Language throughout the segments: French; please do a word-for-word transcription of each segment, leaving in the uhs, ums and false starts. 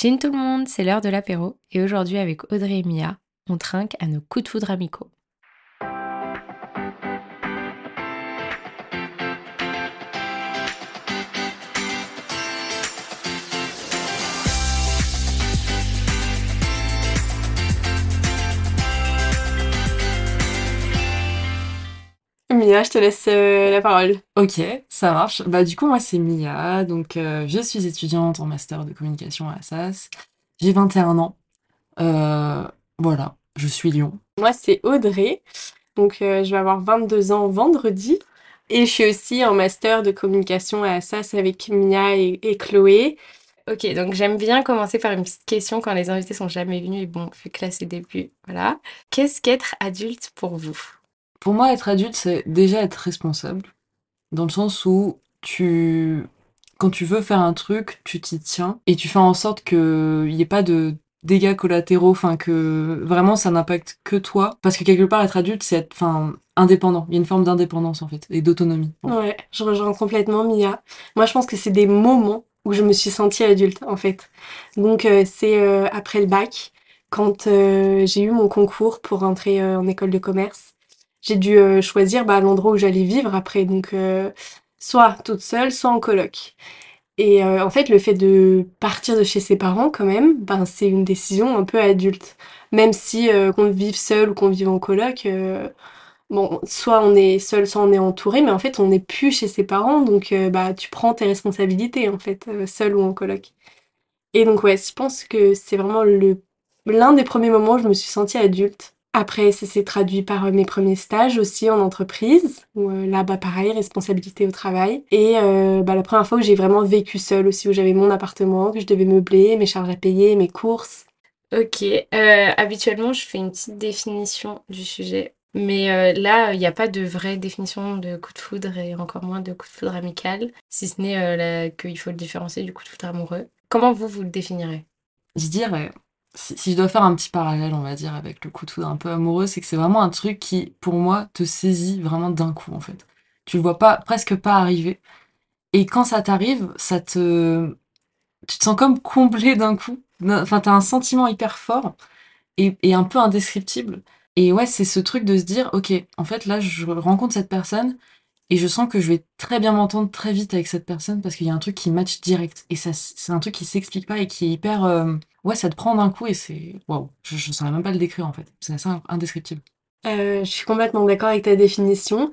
Chin tout le monde, c'est l'heure de l'apéro et aujourd'hui avec Audrey et Mia, on trinque à nos coups de foudre amicaux. Mia, je te laisse euh, la parole. Ok, ça marche. Bah du coup moi c'est Mia, donc euh, je suis étudiante en master de communication à Assas. J'ai vingt et un ans. Euh, voilà, je suis Lyon. Moi, c'est Audrey. Donc, euh, je vais avoir vingt-deux ans vendredi. Et je suis aussi en master de communication à Assas avec Mia et, et Chloé. Ok, donc j'aime bien commencer par une petite question quand les invités sont jamais venus et bon, vu que là c'est début, voilà. Qu'est-ce qu'être adulte pour vous? Pour moi être adulte c'est déjà être responsable, dans le sens où tu quand tu veux faire un truc, tu t'y tiens et tu fais en sorte qu'il n'y ait pas de dégâts collatéraux, enfin que vraiment ça n'impacte que toi. Parce que quelque part être adulte c'est être enfin, indépendant. Il y a une forme d'indépendance en fait et d'autonomie. Bon. Ouais, je rejoins complètement Mia. Moi, je pense que c'est des moments où je me suis sentie adulte, en fait. Donc, euh, c'est euh, après le bac, quand euh, j'ai eu mon concours pour rentrer euh, en école de commerce. J'ai dû euh, choisir bah, l'endroit où j'allais vivre après, donc euh, soit toute seule, soit en coloc. Et euh, en fait, le fait de partir de chez ses parents, quand même, ben, c'est une décision un peu adulte. Même si euh, qu'on vive seul ou qu'on vive en coloc, euh, bon, soit on est seul, soit on est entouré, mais en fait, on n'est plus chez ses parents, donc euh, bah, tu prends tes responsabilités, en fait, euh, seul ou en coloc. Et donc, ouais, je pense que c'est vraiment le l'un des premiers moments où je me suis sentie adulte. Après, ça s'est traduit par euh, mes premiers stages aussi en entreprise, où euh, là, bah, pareil, responsabilité au travail. Et euh, bah, la première fois où j'ai vraiment vécu seule aussi, où j'avais mon appartement, que je devais meubler, mes charges à payer, mes courses. Ok, euh, habituellement je fais une petite définition du sujet, mais euh, là il n'y a pas de vraie définition de coup de foudre et encore moins de coup de foudre amical, si ce n'est euh, la- qu'il faut le différencier du coup de foudre amoureux. Comment vous vous le définirez? Je dirais, si, si je dois faire un petit parallèle, on va dire, avec le coup de foudre un peu amoureux, c'est que c'est vraiment un truc qui, pour moi, te saisit vraiment d'un coup, en fait. Tu le vois pas, presque pas arriver. Et quand ça t'arrive, ça te, tu te sens comme comblé d'un coup. Enfin, t'as un sentiment hyper fort et, et un peu indescriptible. Et ouais, c'est ce truc de se dire, ok, en fait, là, je rencontre cette personne et je sens que je vais très bien m'entendre très vite avec cette personne parce qu'il y a un truc qui match direct. Et ça, c'est un truc qui s'explique pas et qui est hyper, euh, ouais, ça te prend d'un coup et c'est, waouh, je, je saurais même pas le décrire en fait. C'est assez indescriptible. Euh, je suis complètement d'accord avec ta définition.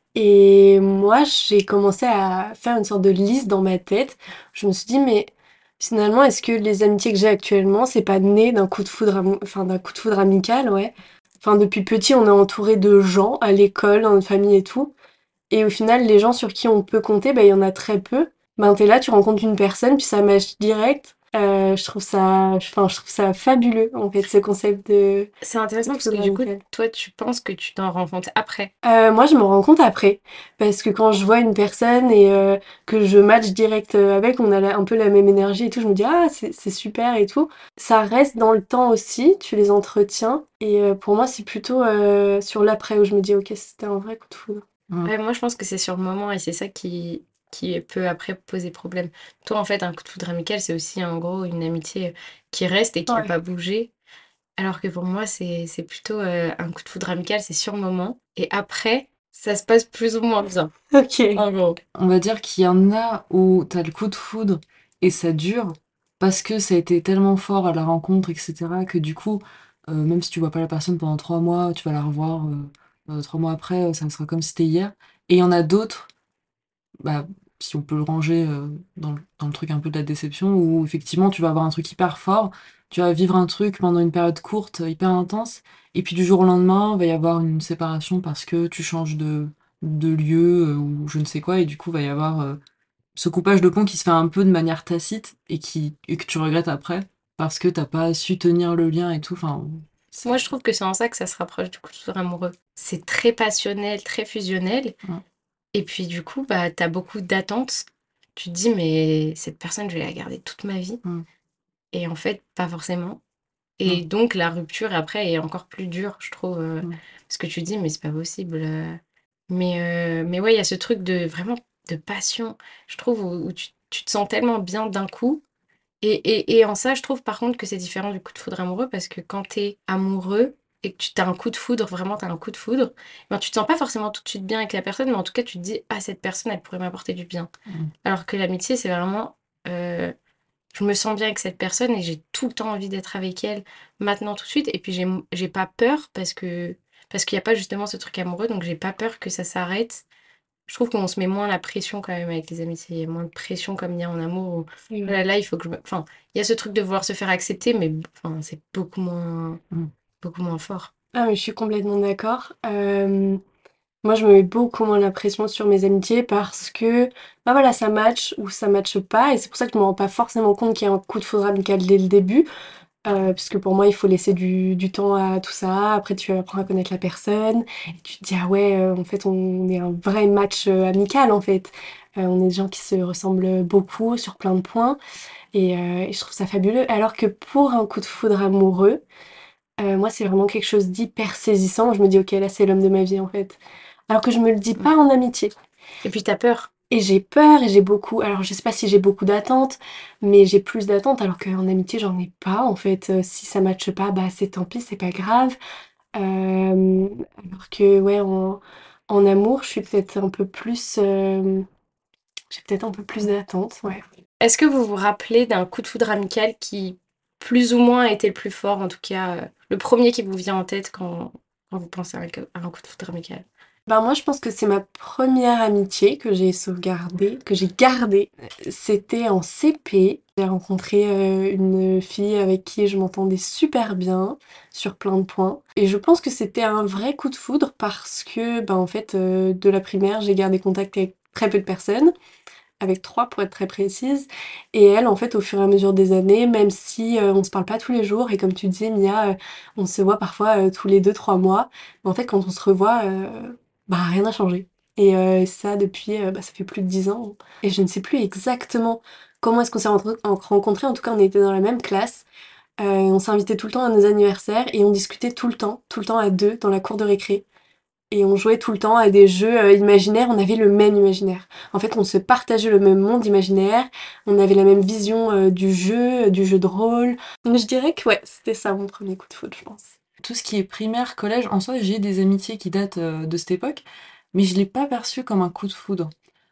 Et moi, j'ai commencé à faire une sorte de liste dans ma tête. Je me suis dit, mais finalement, est-ce que les amitiés que j'ai actuellement, c'est pas né d'un coup de foudre, amo- enfin d'un coup de foudre amical, ouais. Enfin, depuis petit, on est entouré de gens à l'école, dans notre famille et tout. Et au final, les gens sur qui on peut compter, bah, il y en a très peu. Ben, t'es là, tu rencontres une personne, puis ça match direct. Euh, je trouve ça, enfin, je trouve ça fabuleux, en fait, ce concept de C'est coup intéressant de parce que foudre du coup, amical. toi tu penses que tu t'en rends compte après. Euh, moi, je me rends compte après, parce que quand je vois une personne et euh, que je match direct euh, avec, on a la- un peu la même énergie et tout, je me dis ah c'est c'est super et tout. Ça reste dans le temps aussi, tu les entretiens et euh, pour moi c'est plutôt euh, sur l'après où je me dis ok c'était un vrai coup de foudre. Mm. Ouais, moi je pense que c'est sur le moment et c'est ça qui, qui peut après poser problème. Toi en fait, un coup de foudre amical, c'est aussi en gros une amitié qui reste et qui n'a Ouais. pas bougé. Alors que pour moi, c'est c'est plutôt euh, un coup de foudre amical, c'est sur le moment. Et après, ça se passe plus ou moins bien, Ok. en gros. On va dire qu'il y en a où t'as le coup de foudre et ça dure parce que ça a été tellement fort à la rencontre, et cetera, que du coup, euh, même si tu vois pas la personne pendant trois mois, tu vas la revoir euh, euh, trois mois après, euh, ça sera comme si c'était hier. Et il y en a d'autres, bah, si on peut le ranger euh, dans, le, dans le truc un peu de la déception, où effectivement tu vas avoir un truc hyper fort, tu vas vivre un truc pendant une période courte, euh, hyper intense, et puis du jour au lendemain, il va y avoir une séparation parce que tu changes de, de lieu euh, ou je ne sais quoi, et du coup, il va y avoir euh, ce coupage de pont qui se fait un peu de manière tacite et, qui, et que tu regrettes après parce que t'as pas su tenir le lien et tout. Enfin, Moi, c'est. je trouve que c'est en ça que ça se rapproche du coup de foudre amoureux. C'est très passionnel, très fusionnel. Ouais. Et puis du coup, bah, t'as beaucoup d'attentes. Tu te dis, mais cette personne, je vais la garder toute ma vie. Mm, Et en fait, pas forcément. mm, Et donc, la rupture après est encore plus dure, je trouve. euh, mm. parce que tu te dis, mais c'est pas possible. euh. Mais, euh, mais ouais, il y a ce truc de vraiment de passion, je trouve, où, où tu, tu te sens tellement bien d'un coup. Et, et, et en ça, je trouve par contre que c'est différent du coup de foudre amoureux parce que quand t'es amoureux et que tu as un coup de foudre, vraiment t'as un coup de foudre, ben, tu te sens pas forcément tout de suite bien avec la personne, mais en tout cas tu te dis, ah, cette personne, elle pourrait m'apporter du bien. Mm. Alors que l'amitié, c'est vraiment, euh, je me sens bien avec cette personne et j'ai tout le temps envie d'être avec elle maintenant tout de suite. Et puis j'ai, j'ai pas peur parce que, parce qu'il n'y a pas justement ce truc amoureux, donc j'ai pas peur que ça s'arrête. Je trouve qu'on se met moins la pression quand même avec les amitiés. Il y a moins de pression comme il y a en amour. Où, C'est voilà, vrai. là, il faut que je me... Enfin, il y a ce truc de vouloir se faire accepter, mais enfin, c'est beaucoup moins, Mm. beaucoup moins fort. Ah, mais je suis complètement d'accord. Euh, moi, je me mets beaucoup moins la pression sur mes amitiés parce que, bah voilà, ça match ou ça matche pas. Et c'est pour ça que je me rends pas forcément compte qu'il y a un coup de foudre amical dès le début. Euh, parce que pour moi, il faut laisser du, du temps à tout ça. Après, tu apprends à connaître la personne. Et tu te dis, ah ouais, euh, en fait, on est un vrai match euh, amical, en fait. Euh, on est des gens qui se ressemblent beaucoup sur plein de points. Et, euh, et je trouve ça fabuleux. Alors que pour un coup de foudre amoureux, euh, moi, c'est vraiment quelque chose d'hyper saisissant. Je me dis, ok, là, c'est l'homme de ma vie, en fait. Alors que je me le dis pas Ouais. en amitié. Et puis t'as peur. Et j'ai peur et j'ai beaucoup. Alors, je sais pas si j'ai beaucoup d'attentes, mais j'ai plus d'attentes alors qu'en amitié, j'en ai pas. En fait, Euh, si ça matche pas, bah c'est tant pis, c'est pas grave. Euh, alors que, ouais, en, en amour, je suis peut-être un peu plus. euh, J'ai peut-être un peu plus d'attentes, ouais. Est-ce que vous vous rappelez d'un coup de foudre amical qui, plus ou moins, a été le plus fort, en tout cas, euh, le premier qui vous vient en tête quand, quand vous pensez à un, à un coup de foudre amical? Ben moi, je pense que c'est ma première amitié que j'ai sauvegardée, que j'ai gardée. C'était en C P. J'ai rencontré euh, une fille avec qui je m'entendais super bien sur plein de points. Et je pense que c'était un vrai coup de foudre parce que, ben en fait, euh, de la primaire, j'ai gardé contact avec très peu de personnes, avec trois pour être très précise. Et elle, en fait, au fur et à mesure des années, même si euh, on se parle pas tous les jours, et comme tu disais, Mia, euh, on se voit parfois euh, tous les deux, trois mois, mais en fait, quand on se revoit, euh, bah rien n'a changé. Et euh, ça, depuis, euh, bah, ça fait plus de dix ans. Et je ne sais plus exactement comment est-ce qu'on s'est rentre- en- rencontrés. En tout cas, on était dans la même classe. Euh, on s'invitait tout le temps à nos anniversaires et on discutait tout le temps, tout le temps à deux, dans la cour de récré. Et on jouait tout le temps à des jeux euh, imaginaires, on avait le même imaginaire. En fait, on se partageait le même monde imaginaire, on avait la même vision euh, du jeu, euh, du jeu de rôle. Donc je dirais que ouais, c'était ça mon premier coup de foot, je pense. Tout ce qui est primaire, collège, en soi, j'ai des amitiés qui datent euh, de cette époque, mais je l'ai pas perçu comme un coup de foudre.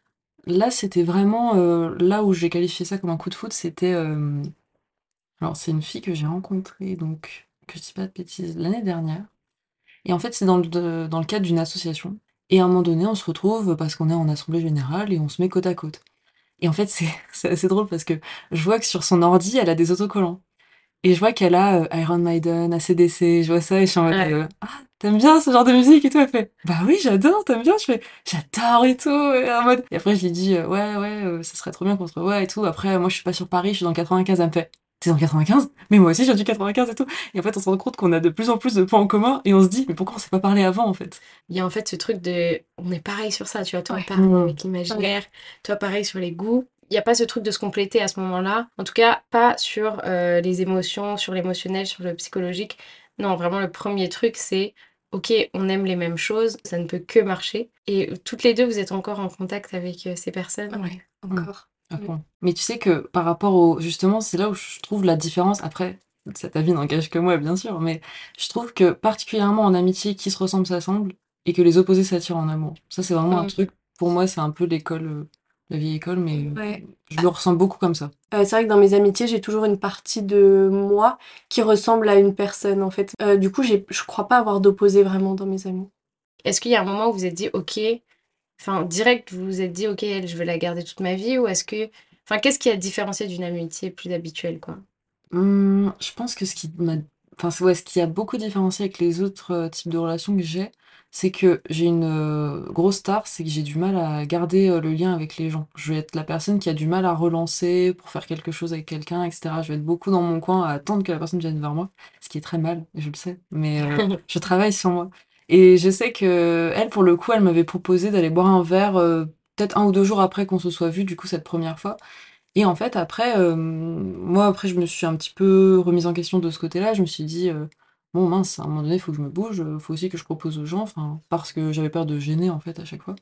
Là, c'était vraiment euh, là où j'ai qualifié ça comme un coup de foudre, c'était euh, alors c'est une fille que j'ai rencontrée donc que je dis pas de bêtises l'année dernière. Et en fait, c'est dans le de- dans le cadre d'une association. Et à un moment donné, on se retrouve parce qu'on est en assemblée générale et on se met côte à côte. Et en fait, c'est c'est assez drôle parce que je vois que sur son ordi, elle a des autocollants. Et je vois qu'elle a euh, Iron Maiden, A C D C, je vois ça et je suis en mode Ouais. euh, ah, t'aimes bien ce genre de musique et tout. Elle fait bah oui, j'adore, t'aimes bien? Je fais j'adore et tout. Et, en mode... et après, je lui dis euh, ouais, ouais, euh, ça serait trop bien qu'on se revoie et tout. Après, moi, je suis pas sur Paris, je suis dans le quatre-vingt-quinze. Elle me fait t'es dans le quatre-vingt-quinze? Mais moi aussi, je viens du quatre-vingt-quinze et tout. Et en fait, on se rend compte qu'on a de plus en plus de points en commun et on se dit mais pourquoi on s'est pas parlé avant en fait? Il y a en fait ce truc de... On est pareil sur ça, tu vois, toi Ouais. pareil Mmh. avec Ouais. l'imaginaire, toi pareil sur les goûts. Il n'y a pas ce truc de se compléter à ce moment-là. En tout cas, pas sur euh, les émotions, sur l'émotionnel, sur le psychologique. Non, vraiment, le premier truc, c'est, ok, on aime les mêmes choses, ça ne peut que marcher. Et toutes les deux, vous êtes encore en contact avec euh, ces personnes. Ouais, Mmh. encore. À Ouais. fond. Mais tu sais que par rapport au... Justement, c'est là où je trouve la différence. Après, cet avis n'engage que moi, bien sûr, mais je trouve que particulièrement en amitié, qui se ressemble s'assemble, et que les opposés s'attirent en amour. Ça, c'est vraiment un Mm. truc, pour moi, c'est un peu l'école, euh, la vieille école, mais euh, Ouais. je le ressens beaucoup comme ça. Euh, c'est vrai que dans mes amitiés, j'ai toujours une partie de moi qui ressemble à une personne en fait. Euh, du coup, j'ai, je crois pas avoir d'opposé vraiment dans mes amis. Est-ce qu'il y a un moment où vous vous êtes dit, ok, enfin, direct, vous vous êtes dit, ok, elle, je veux la garder toute ma vie, ou est-ce que... Enfin, qu'est-ce qui a différencié d'une amitié plus habituelle, quoi? Hum, je pense que ce qui m'a... Enfin, c'est- ouais, ce qui a beaucoup différencié avec les autres euh, types de relations que j'ai, c'est que j'ai une euh, grosse star, c'est que j'ai du mal à garder euh, le lien avec les gens. Je vais être la personne qui a du mal à relancer pour faire quelque chose avec quelqu'un, et cetera. Je vais être beaucoup dans mon coin à attendre que la personne vienne vers moi, ce qui est très mal, je le sais, mais euh, je travaille sur moi. Et je sais que elle, pour le coup, elle m'avait proposé d'aller boire un verre, euh, peut-être un ou deux jours après qu'on se soit vu, du coup, cette première fois. Et en fait, après, euh, moi, après, je me suis un petit peu remise en question de ce côté-là. Je me suis dit, euh, bon, mince, à un moment donné, il faut que je me bouge, il faut aussi que je propose aux gens, enfin, parce que j'avais peur de gêner, en fait, à chaque fois.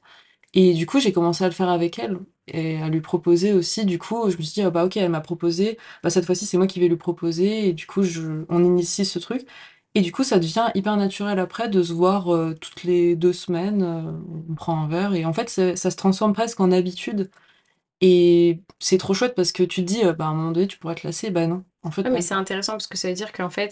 Et du coup, j'ai commencé à le faire avec elle et à lui proposer aussi. Du coup, je me suis dit: «Ah bah, OK, elle m'a proposé, bah, cette fois-ci, c'est moi qui vais lui proposer» et du coup, je on initie ce truc et du coup, ça devient hyper naturel après de se voir, heu, toutes les deux semaines, heu, on prend un verre et en fait, c'est ça se transforme presque en habitude et c'est trop chouette parce que tu te dis, heu: «Bah, à un moment donné, tu pourrais te lasser». Bah non, en fait, Ouais, pas mais du c'est tout. intéressant parce que ça veut dire qu'en fait,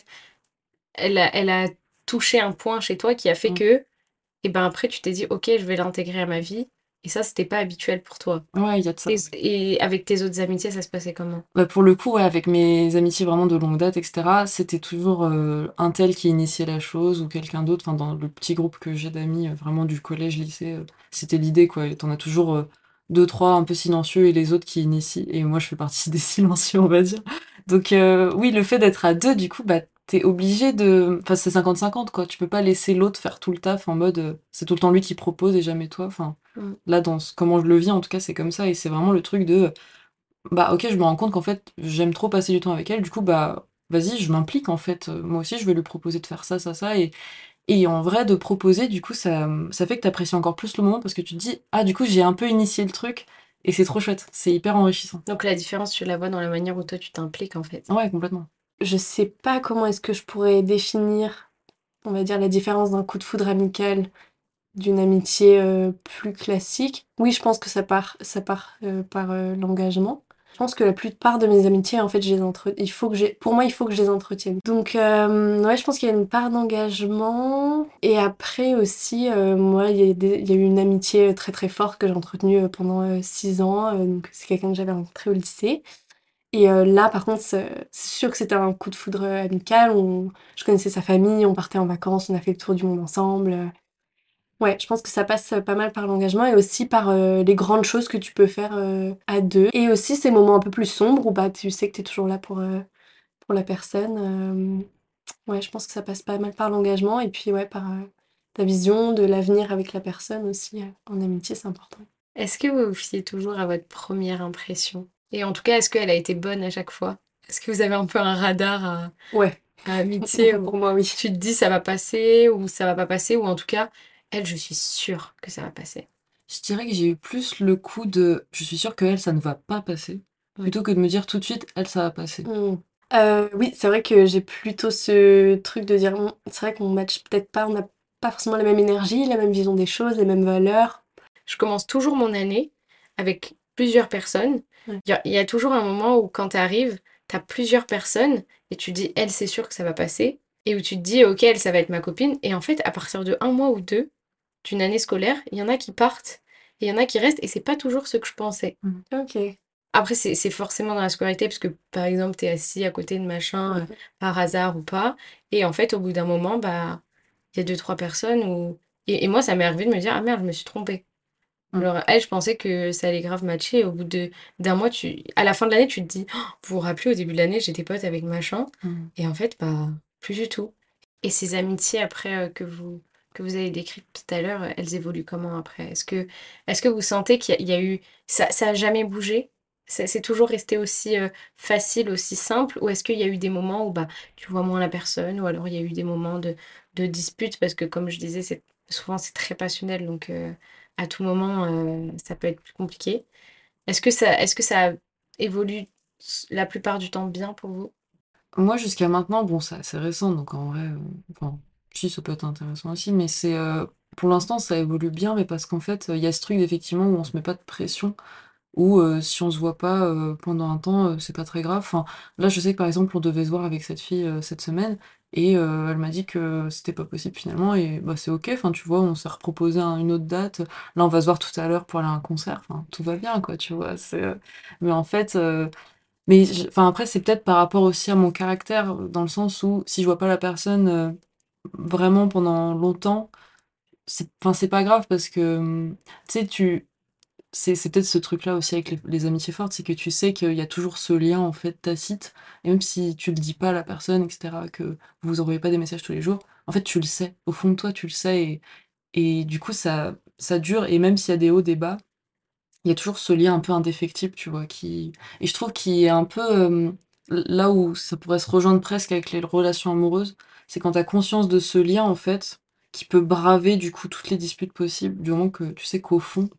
elle a, elle a touché un point chez toi qui a fait Mmh. que, et ben après, tu t'es dit, ok, je vais l'intégrer à ma vie. Et ça, c'était pas habituel pour toi. Ouais, il y a de ça. Et, et avec tes autres amitiés, ça se passait comment? Bah, pour le coup, ouais, avec mes amitiés vraiment de longue date et cetera, c'était toujours, heu, un tel qui initiait la chose ou quelqu'un d'autre. Enfin, dans le petit groupe que j'ai d'amis, heu, vraiment du collège, lycée, heu, c'était l'idée, quoi. Et tu as toujours, heu, deux trois un peu silencieux et les autres qui initient et moi, je fais partie des silencieux, on va dire. Donc heu, oui, le fait d'être à deux du coup, bah, tu es obligé de enfin, c'est cinquante cinquante, quoi. Tu peux pas laisser l'autre faire tout le taf en mode, heu, c'est tout le temps lui qui propose et jamais toi. Enfin, Mm. là, dans ce comment je le vis, en tout cas, c'est comme ça et c'est vraiment le truc de, bah, OK, je me rends compte qu'en fait, j'aime trop passer du temps avec elle, du coup, bah, vas-y, je m'implique en fait, heu, moi aussi je vais lui proposer de faire ça, ça, ça et et en vrai de proposer du coup ça, mmh, ça fait que tu apprécies encore plus le moment parce que tu te dis: «Ah du coup j'ai un peu initié le truc» et c'est trop chouette, c'est hyper enrichissant. Donc la différence, tu la vois dans la manière où toi, tu t'impliques, en fait. Ouais, complètement. Je sais pas comment est-ce que je pourrais définir, on va dire, la différence d'un coup de foudre amical d'une amitié euh, plus classique. Oui, je pense que ça part, ça part euh, par euh, l'engagement. Je pense que la plupart de mes amitiés, en fait, je les entre... il faut que j'ai... pour moi, il faut que je les entretienne. Donc, euh, ouais, je pense qu'il y a une part d'engagement. Et après aussi, euh, moi, il y a des- il y a eu une amitié très très forte que j'ai entretenue euh, pendant euh, six ans. Euh, donc, c'est quelqu'un que j'avais rencontré au lycée. Et euh, là, par contre, c'est c'est sûr que c'était un coup de foudre euh, amical. On... Je connaissais sa famille, on partait en vacances, on a fait le tour du monde ensemble. Ouais, je pense que ça passe euh, pas mal par l'engagement et aussi par euh, les grandes choses que tu peux faire euh, à deux. Et aussi ces moments un peu plus sombres où bah, tu sais que tu es toujours là pour, euh, pour la personne. Euh, ouais, je pense que ça passe pas mal par l'engagement et puis ouais, par euh, ta vision de l'avenir avec la personne aussi. euh, en amitié, c'est important. Est-ce que vous vous fiez toujours à votre première impression? Et en tout cas, est-ce qu'elle a été bonne à chaque fois? Est-ce que vous avez un peu un radar à, Ouais, à amitié où pour moi, oui. tu te dis ça va passer ou ça va pas passer, ou en tout cas, elle, je suis sûre que ça va passer. Je dirais que j'ai eu plus le coup de: «Je suis sûre qu'elle, ça ne va pas passer», Ouais. plutôt que de me dire tout de suite: «Elle, ça va passer». Mm. Euh, oui, c'est vrai que j'ai plutôt ce truc de dire, Hum, c'est vrai qu'on match peut-être pas, on n'a pas forcément la même énergie, la même vision des choses, les mêmes valeurs. Je commence toujours mon année avec plusieurs personnes. Ouais. Il y a, il y a toujours un moment où quand tu arrives, tu as plusieurs personnes et tu dis, elle, c'est sûr que ça va passer. Et où tu te dis, ok, elle, ça va être ma copine. Et en fait, à partir de un mois ou deux d'une année scolaire, il y en a qui partent et il y en a qui restent. Et c'est pas toujours ce que je pensais. Mmh. Ok. Après, c'est c'est forcément dans la scolarité, parce que par exemple, tu es assis à côté de machin euh, Ouais. par hasard ou pas. Et en fait, au bout d'un moment, bah, il y a deux, trois personnes où. Et, et moi, ça m'est arrivé de me dire, ah merde, je me suis trompée. Mmh. Genre, elle, je pensais que ça allait grave matcher. Au bout de d'un mois, tu... à la fin de l'année, tu te dis, oh, vous vous rappelez, au début de l'année, j'étais pote avec machin. Mmh. Et en fait, bah, plus du tout. Et ces amitiés, après, euh, que vous, que vous avez décrites tout à l'heure, euh, elles évoluent comment après? Est-ce que, est-ce que vous sentez qu'il y a, il y a eu... Ça, ça a jamais bougé? Ça- C'est toujours resté aussi euh, facile, aussi simple? Ou est-ce qu'il y a eu des moments où bah, tu vois moins la personne? Ou alors il y a eu des moments de, de dispute? Parce que comme je disais, c'est, souvent c'est très passionnel. Donc... euh, à tout moment, euh, ça peut être plus compliqué. Est-ce que ça, est-ce que ça évolue s- la plupart du temps bien pour vous? Moi, jusqu'à maintenant, bon, c'est assez récent, donc en vrai, heu, enfin, si, ça peut être intéressant aussi, mais c'est, heu, pour l'instant, ça évolue bien, mais parce qu'en fait, il y a ce truc effectivement où on se met pas de pression, où, heu, si on se voit pas, heu, pendant un temps, heu, c'est pas très grave. Enfin, là, je sais que, par exemple, on devait se voir avec cette fille, heu, cette semaine et heu, elle m'a dit que c'était pas possible finalement et bah, c'est OK. Enfin, tu vois, on s'est reproposé un une autre date. Là, on va se voir tout à l'heure pour aller à un concert. Enfin, tout va bien, quoi, tu vois? C'est, heu mais en fait, heu mais je enfin, après, c'est peut-être par rapport aussi à mon caractère, dans le sens où si je vois pas la personne, heu, vraiment pendant longtemps, c'est enfin, c'est pas grave parce que, mmh, tu sais, tu c'est c'est peut-être ce truc-là aussi avec les les amitiés fortes, c'est que tu sais qu'il y a toujours ce lien, en fait, tacite et même si tu le dis pas à la personne et cetera, que vous vous envoyez pas des messages tous les jours, en fait, tu le sais. Au fond de toi, tu le sais et et du coup, ça ça dure et même s'il y a des hauts, des bas, il y a toujours ce lien un peu indéfectible, tu vois? Qui et je trouve qu'il est un peu, hem, l là où ça pourrait se rejoindre presque avec les relations amoureuses, c'est quand tu as conscience de ce lien, en fait, qui peut braver, du coup, toutes les disputes possibles, du moment que tu sais qu'au fond,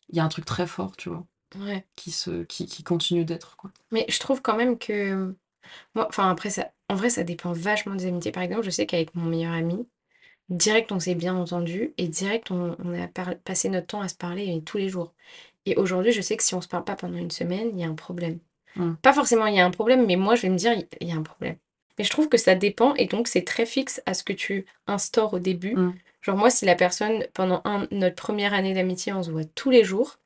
il y a un truc très fort, tu vois, Ouais. qui se qui qui continue d'être, quoi. Mais je trouve quand même que moi enfin après ça en vrai ça dépend vachement des amitiés. Par exemple, je sais qu'avec mon meilleur ami, direct on s'est bien entendu et direct on on a par passé notre temps à se parler, heu, tous les jours. Et aujourd'hui, je sais que si on se parle pas pendant une semaine, il y a un problème. Mmh. Pas forcément il y a un problème, mais moi je vais me dire: «Il il y a un problème». Mais je trouve que ça dépend et donc c'est très fixe à ce que tu instaures au début. Mmh. Genre moi, si la personne pendant un notre première année d'amitié, on se voit tous les jours,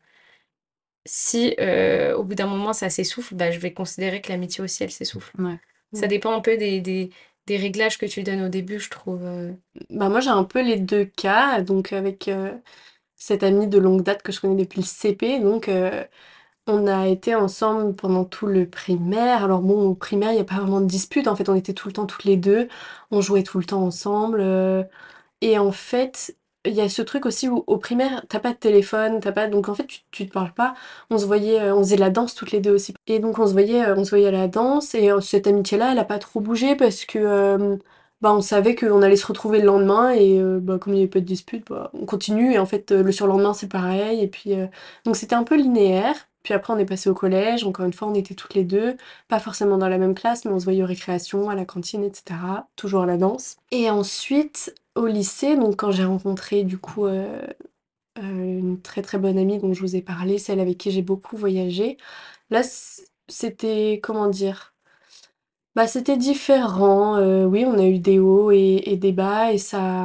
si, heu, au bout d'un moment ça s'essouffle, bah, je vais considérer que l'amitié aussi elle s'essouffle. Ouais. Ça Mmh. dépend un peu des des des réglages que tu donnes au début, je trouve, heu. Bah, moi, j'ai un peu les deux cas, donc avec, heu, cette amie de longue date que je connais depuis le C P, donc heu, on a été ensemble pendant tout le primaire. Alors bon, au primaire, il y a pas vraiment de dispute, en fait, on était tout le temps toutes les deux, on jouait tout le temps ensemble, heu et en fait, il y a ce truc aussi où au primaire, tu as pas de téléphone, tu as pas donc en fait, tu tu te parles pas. On se voyait, heu, on faisait de la danse toutes les deux aussi et donc on se voyait, heu, on se voyait à la danse et heu, cette amitié-là, elle a pas trop bougé parce que, hem, bah, on savait qu'on allait se retrouver le lendemain et heu, bah, comme il y avait pas de dispute, bah, on continue et en fait, heu, le surlendemain, c'est pareil et puis, heu, donc c'était un peu linéaire. Puis après, on est passé au collège, encore une fois, on était toutes les deux, pas forcément dans la même classe, mais on se voyait aux récréations, à la cantine et cetera, toujours à la danse et ensuite, au lycée, donc quand j'ai rencontré du coup, heu heu, une très, très bonne amie dont je vous ai parlé, celle avec qui j'ai beaucoup voyagé, là c c'était comment dire? Bah, c'était différent, heu, oui, on a eu des hauts et et des bas et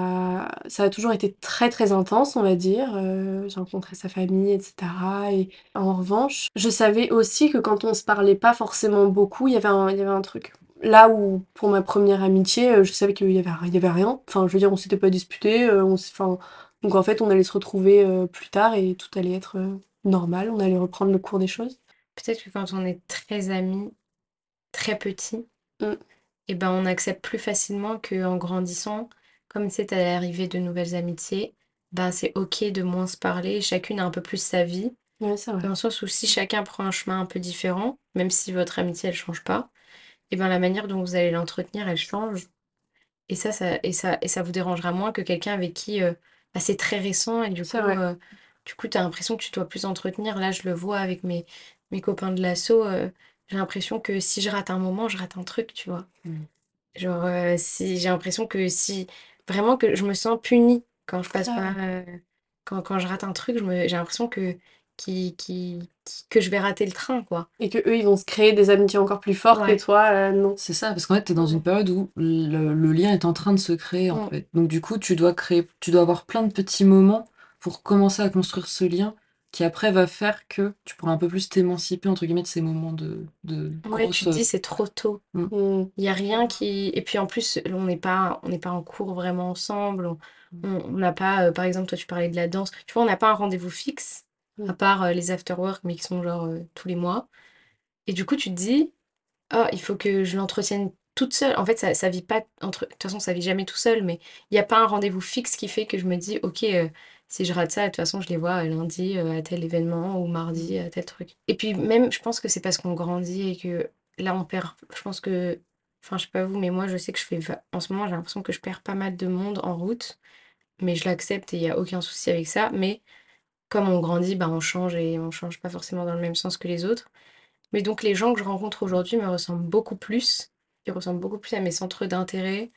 ça ça a toujours été très, très intense, on va dire, heu, j'ai rencontré sa famille et cetera et en revanche, je savais aussi que quand on se parlait pas forcément beaucoup, il y avait un il y avait un truc. Là où pour ma première amitié, heu, je savais qu'il y avait il y avait rien. Enfin, je veux dire, on s'était pas disputés, heu, on s enfin, donc en fait, on allait se retrouver, heu, plus tard et tout allait être, heu, normal, on allait reprendre le cours des choses. Peut-être que quand on est très amis, très petits, Mmh. et ben, on accepte plus facilement qu'en grandissant, comme c'est à l'arrivée de nouvelles amitiés, ben, c'est OK de moins se parler, chacune a un peu plus sa vie, Ouais, c'est vrai. dans le sens où si chacun prend un chemin un peu différent, même si votre amitié elle change pas, et ben, la manière dont vous allez l'entretenir, elle change et ça ça et ça et ça vous dérangera moins que quelqu'un avec qui, heu, bah, c'est très récent et du C'est coup, vrai. heu, du coup, tu as l'impression que tu dois plus entretenir. Là, je le vois avec mes mes copains de l'asso, heu, j'ai l'impression que si je rate un moment, je rate un truc, tu vois? Mmh. Genre, heu, si j'ai l'impression que si vraiment que je me sens punie quand je passe C'est pas, vrai. heu, quand quand je rate un truc, je me j'ai l'impression que qui qui qui que je vais rater le train, quoi. Et qu'eux, ils vont se créer des amitiés encore plus fortes et Ouais. toi, heu, non. C'est ça, parce qu'en fait, tu es dans une Mmh. période où le le lien est en train de se créer, en Mmh. fait. Donc du coup, tu dois créer tu dois avoir plein de petits moments pour commencer à construire ce lien qui après va faire que tu pourras un peu plus «t'émanciper» entre guillemets de ces moments de de Ouais, tu grosse, te heu dis: «C'est trop tôt». mmh. Mmh. Il y a rien qui et puis en plus, on n'est pas on n'est pas en cours vraiment ensemble, on Mmh. on on n'a pas, heu, par exemple, toi tu parlais de la danse, tu vois, on n'a pas un rendez-vous fixe, à Mmh. part, heu, les after work, mais qui sont genre, heu, tous les mois et du coup, tu te dis: «Ah, il faut que je l'entretienne toute seule». En fait, ça ça vit pas entre de toute façon, ça vit jamais tout seul, mais il y a pas un rendez-vous fixe qui fait que je me dis: «OK, heu, si je rate ça, de toute façon, je les vois, heu, lundi, heu, à tel événement ou Mmh. mardi à tel truc». Et puis même, je pense que c'est parce qu'on grandit et que là, on perd je pense que enfin, je sais pas vous, mais moi, je sais que je fais va en ce moment, j'ai l'impression que je perds pas mal de monde en route, mais je l'accepte et il y a aucun souci avec ça. Mais comme on grandit, bah, on change et on change pas forcément dans le même sens que les autres. Mais donc les gens que je rencontre aujourd'hui me ressemblent beaucoup plus. Ils ressemblent beaucoup plus à mes centres d'intérêt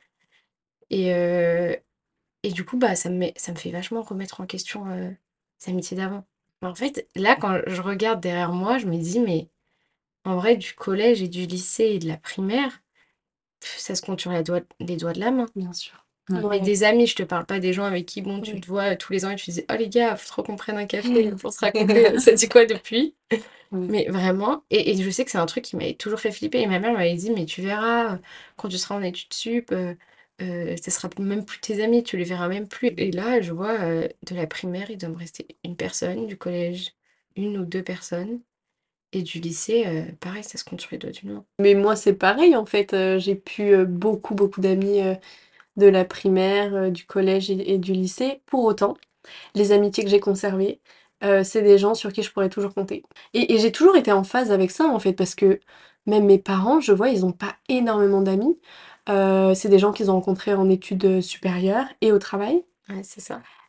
et heu et du coup, bah, ça me met ça me fait vachement remettre en question, heu, les amitiés d'avant. En fait, là, quand je regarde derrière moi, je me dis: «Mais en vrai, du collège et du lycée et de la primaire, pff, ça se compte sur la doigt les doigts de la main». Bien sûr. Ouais. Mais Ouais, des amis, je te parle pas des gens avec qui, bon, tu ouais. te vois, tous les ans et tu dis: «Oh les gars, faut trop qu'on prenne un café pour se raconter, ça dit quoi depuis?» Ouais. Mais vraiment et et je sais que c'est un truc qui m'avait toujours fait flipper et ma mère m'avait dit: «Mais tu verras, heu, quand tu seras en études sup, heu heu, ça sera p même plus tes amis, tu les verras même plus» et là, je vois, heu, de la primaire, il doit me rester une personne, du collège, une ou deux personnes et du lycée, heu, pareil, ça se compte sur les doigts d'une main. Mais moi, c'est pareil, en fait, heu, j'ai pu, heu, beaucoup, beaucoup d'amis, heu, de la primaire, heu, du collège et et du lycée. Pour autant, les amitiés que j'ai conservées, heu, c'est des gens sur qui je pourrais toujours compter. Et et j'ai toujours été en phase avec ça, en fait, parce que même mes parents, je vois, ils ont pas énormément d'amis. Heu, c'est des gens qu'ils ont rencontrés en études, heu, supérieures et au travail. Ouais, c'est ça.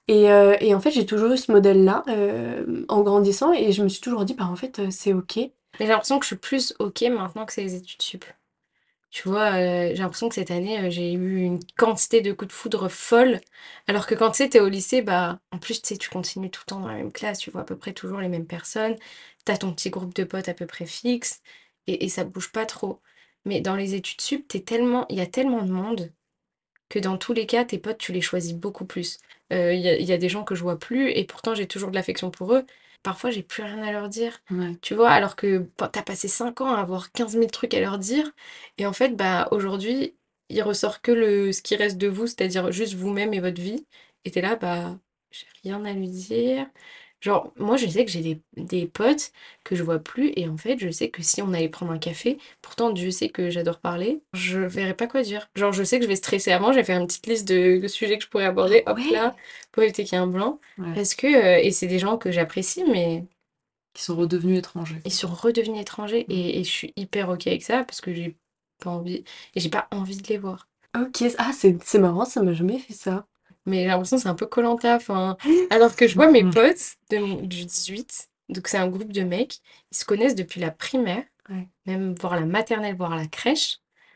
Et, euh, et en fait, j'ai toujours eu ce modèle-là euh, en grandissant et je me suis toujours dit, bah en fait, euh, c'est ok. Mais j'ai l'impression que je suis plus OK maintenant que c'est les études sup. Tu vois, euh, j'ai l'impression que cette année, euh, j'ai eu une quantité de coups de foudre folle. Alors que quand tu sais, t'es au lycée, bah, en plus, tu sais, tu continues tout le temps dans la même classe, tu vois à peu près toujours les mêmes personnes. T'as ton petit groupe de potes à peu près fixe et, et ça bouge pas trop. Mais dans les études sup, t'es tellement, il y a tellement de monde que dans tous les cas, tes potes, tu les choisis beaucoup plus. Euh, Il y a, il y a des gens que je vois plus et pourtant j'ai toujours de l'affection pour eux. Parfois, j'ai plus rien à leur dire. Ouais. Tu vois, alors que pa- t'as passé cinq ans à avoir quinze mille trucs à leur dire. Et en fait, bah aujourd'hui, il ressort que le, ce qui reste de vous, c'est-à-dire juste vous-même et votre vie. Et t'es là, bah, j'ai rien à lui dire. Genre, moi, je sais que j'ai des, des potes que je vois plus. Et en fait, je sais que si on allait prendre un café, pourtant, Dieu sait que j'adore parler, je verrais pas quoi dire. Genre, je sais que je vais stresser avant, je vais faire une petite liste de, de sujets que je pourrais Ah aborder, hop là, ouais? pour éviter qu'il y ait un blanc. Ouais. Parce que, euh, et c'est des gens que j'apprécie, mais Qui sont redevenus étrangers. ils sont redevenus étrangers. Mm. Et, et je suis hyper ok avec ça parce que j'ai pas envie, et j'ai pas envie de les voir. Ok, ah c'est c'est marrant, ça m'a jamais fait ça. Mais j'ai l'impression que c'est un peu koh enfin. Alors que je vois mes potes de, mon- du dix-huit, donc c'est un groupe de mecs, ils se connaissent depuis la primaire, Ouais. même voire la maternelle, voire la crèche,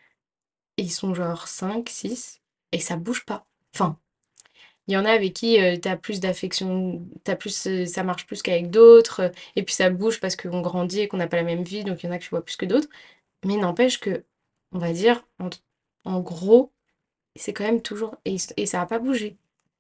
et ils sont genre cinq six et ça bouge pas. Enfin, il y en a avec qui euh, t'as plus d'affection, t'as plus, euh, ça marche plus qu'avec d'autres, euh, et puis ça bouge parce qu'on grandit et qu'on n'a pas la même vie, donc il y en a que tu vois plus que d'autres. Mais n'empêche que, on va dire, en, en gros, c'est quand même toujours, et, et ça n'a pas bougé.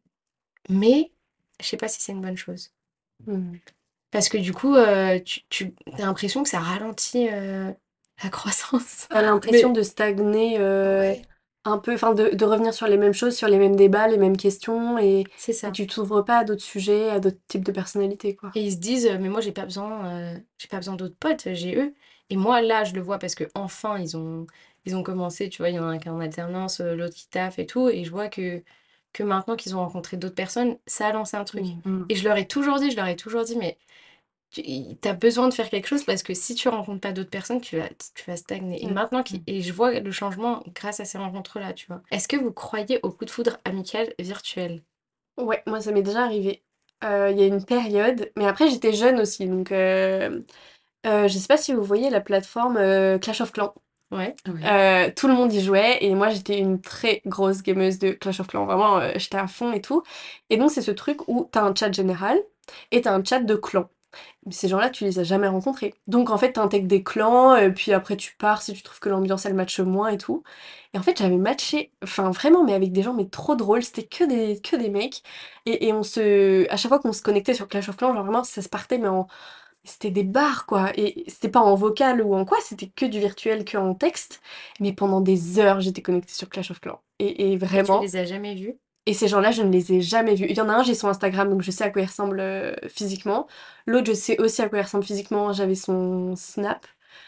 Mais je sais pas si c'est une bonne chose. Hmm. Parce que du coup, euh, tu, tu as l'impression que ça ralentit euh, la croissance. T'as l'impression Mais de stagner euh, ouais, un peu, enfin de, de revenir sur les mêmes choses, sur les mêmes débats, les mêmes questions et, c'est et ça. tu t'ouvres pas à d'autres sujets, à d'autres types de personnalités, quoi. Et ils se disent, euh, mais moi j'ai pas besoin, euh, j'ai pas besoin d'autres potes, j'ai eux. Et moi là, je le vois parce que enfin ils ont, ils ont commencé, tu vois, il y en a un qui est en alternance, euh, l'autre qui taffe et tout, et je vois que que maintenant qu'ils ont rencontré d'autres personnes, ça a lancé un truc. Hmm. Mm. Et je leur ai toujours dit, je leur ai toujours dit, mais tu as besoin de faire quelque chose parce que si tu rencontres pas d'autres personnes, tu vas, tu vas stagner. Et Ouais. maintenant, qu'il- et je vois le changement grâce à ces rencontres-là, tu vois. Est-ce que vous croyez au coup de foudre amical virtuel? Ouais, moi ça m'est déjà arrivé. Euh, Il y a une période, mais après j'étais jeune aussi, donc euh, euh, je sais pas si vous voyez la plateforme euh, Clash of Clans. Ouais. Ah oui. Euh, tout le monde y jouait et moi j'étais une très grosse gameuse de Clash of Clans, vraiment euh, j'étais à fond et tout. Et donc c'est ce truc où t'as un chat général et t'as un chat de clans. Mais ces gens-là tu les as jamais rencontrés. Donc en fait t'intègres des clans, euh, puis après tu pars si tu trouves que l'ambiance elle matche moins et tout. Et en fait j'avais matché, enfin vraiment mais avec des gens mais trop drôles, c'était que des, que des mecs. Et, et on se... À chaque fois qu'on se connectait sur Clash of Clans, genre vraiment ça se partait mais en c'était des bars, quoi. Et c'était pas en vocal ou en quoi, c'était que du virtuel, que en texte. Mais pendant des heures, j'étais connectée sur Clash of Clans. Et, et Et tu vraiment. les as jamais vus? Et ces gens-là, je ne les ai jamais vus. Il y en a un, j'ai son Instagram, donc je sais à quoi il ressemble euh, physiquement. L'autre, je sais aussi à quoi il ressemble physiquement. J'avais son Snap.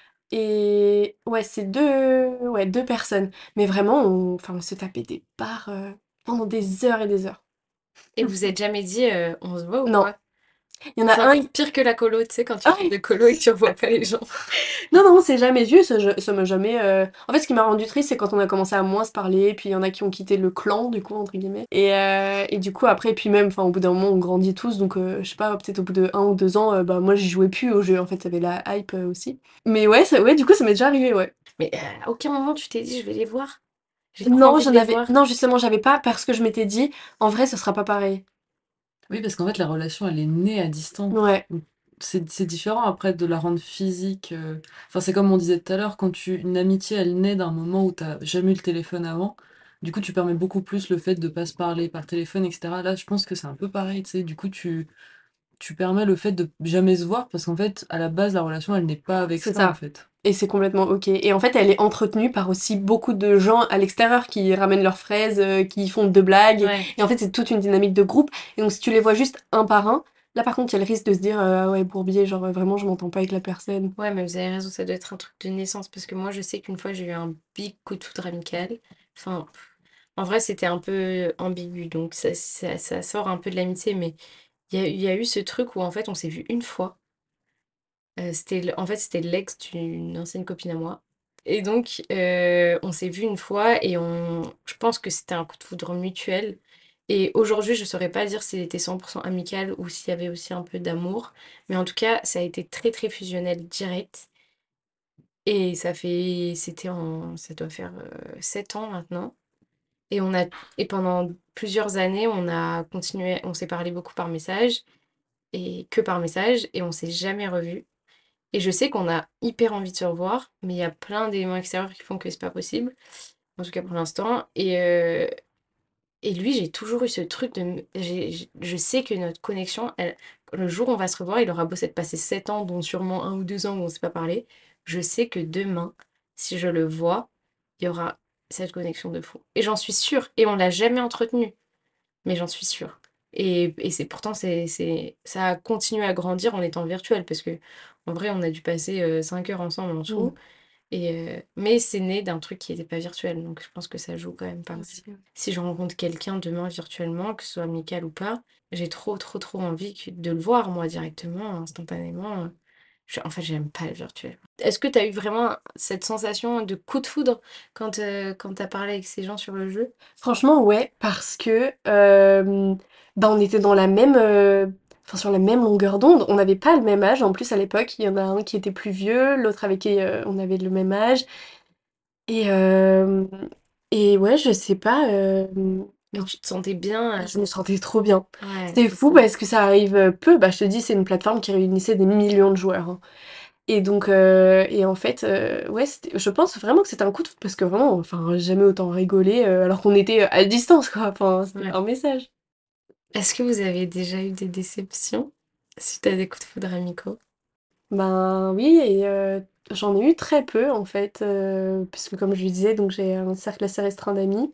Et ouais, c'est deux, ouais, deux personnes. Mais vraiment, on, enfin, on se tapait des bars euh, pendant des heures et des heures. Et vous êtes jamais dit, euh, on se voit ou Non. quoi? Il y en C'est a un. encore pire que la colo, tu sais, quand tu fais de colo et que tu revois pas les gens. Non, non, c'est jamais vieux, ça, je- ça m'a jamais... euh, En fait, ce qui m'a rendu triste, c'est quand on a commencé à moins se parler, puis il y en a qui ont quitté le clan, du coup, entre guillemets. Et, euh, et du coup, après, puis même, enfin, au bout d'un moment, on grandit tous, donc euh, je sais pas, peut-être au bout de un ou deux ans, euh, bah moi, j'y jouais plus au jeu, en fait, ça avait la hype euh, aussi. Mais ouais, ça, ouais, du coup, ça m'est déjà arrivé, ouais. Mais euh, à aucun moment tu t'es dit, je vais les voir. J'ai trop Non, envie de j'en les avais... voir. Non, justement, j'avais pas, parce que je m'étais dit, en vrai, ce sera pas pareil. Oui, parce qu'en fait, la relation, elle est née à distance. Ouais, Donc, C'est c'est différent après de la rendre physique. euh. Enfin, c'est comme on disait tout à l'heure, quand tu, une amitié, elle naît d'un moment où t'as jamais eu le téléphone avant. Du coup, tu permets beaucoup plus le fait de pas se parler par téléphone, et cetera. Là, je pense que c'est un peu pareil, tu sais. Du coup, tu, tu permets le fait de jamais se voir parce qu'en fait, à la base, la relation, elle n'est pas avec c'est ça, en ça. fait. Et c'est complètement ok. Et en fait, elle est entretenue par aussi beaucoup de gens à l'extérieur qui ramènent leurs fraises, euh, qui font de blagues. Ouais. Et en fait, c'est toute une dynamique de groupe. Et donc, si tu les vois juste un par un, là, par contre, il y a le risque de se dire, euh, ah ouais, bourbier, genre euh, vraiment, je m'entends pas avec la personne. Ouais, mais vous avez raison, ça doit être un truc de naissance parce que moi je sais qu'une fois j'ai eu un big coup de foudre amical. Enfin, en vrai c'était un peu ambigu donc ça, ça, ça sort un peu de l'amitié, mais il y a, il y a eu ce truc où en fait on s'est vu une fois. Euh, c'était, le- en fait c'était l'ex d'une ancienne copine à moi. Et donc euh, on s'est vu une fois et on, je pense que c'était un coup de foudre mutuel. Et aujourd'hui, je saurais pas dire s'il était cent pour cent amical ou s'il y avait aussi un peu d'amour. Mais en tout cas, ça a été très très fusionnel direct. Et ça fait, c'était en, ça doit faire euh, sept ans maintenant. Et on a, et pendant plusieurs années, on a continué, on s'est parlé beaucoup par message et que par message et on s'est jamais revus. Et je sais qu'on a hyper envie de se revoir, mais il y a plein d'éléments extérieurs qui font que c'est pas possible, en tout cas pour l'instant. Et, euh, et lui, j'ai toujours eu ce truc de, m- j'ai- j'- je sais que notre connexion, elle- le jour où on va se revoir, il aura beau s'être passé sept ans, dont sûrement un ou deux ans où on s'est pas parlé. Je sais que demain, si je le vois, il y aura cette connexion de fou. Et j'en suis sûre. Et on l'a jamais entretenue, mais j'en suis sûre. Et, et c'est pourtant, c'est, c'est, ça a continué à grandir en étant virtuel, parce que en vrai, on a dû passer euh, cinq heures ensemble en Mm. tout. Et, euh, mais c'est né d'un truc qui n'était pas virtuel, donc je pense que ça joue quand même pas Bien mal. sûr. Si je rencontre quelqu'un demain virtuellement, que ce soit amical ou pas, j'ai trop, trop, trop envie que- de le voir, moi, directement, instantanément. Je- en fait, j'aime pas le virtuel. Est-ce que tu as eu vraiment cette sensation de coup de foudre quand, euh, quand tu as parlé avec ces gens sur le jeu? Franchement, ouais, parce que euh, bah, on était dans la même, euh, enfin, sur la même longueur d'onde. On n'avait pas le même âge. En plus, à l'époque, il y en a un qui était plus vieux, l'autre avec qui euh, on avait le même âge. Et, euh, et ouais, je sais pas. euh, Mais tu te sentais bien? Je me sentais trop bien. euh, Ouais, C'était c'est fou ça. parce que ça arrive euh, peu. Bah, je te dis, c'est une plateforme qui réunissait des millions de joueurs, hein. Et donc, euh, et en fait, euh, ouais, c'était- je pense vraiment que c'était un coup de foudre parce que vraiment, enfin, jamais autant rigolé euh, alors qu'on était à distance, quoi. Enfin, c'était Ouais. un message. Est-ce que vous avez déjà eu des déceptions suite à des coups de foudre amicaux? Ben oui, et euh, j'en ai eu très peu en fait, euh, puisque comme je lui disais, donc j'ai un cercle assez restreint d'amis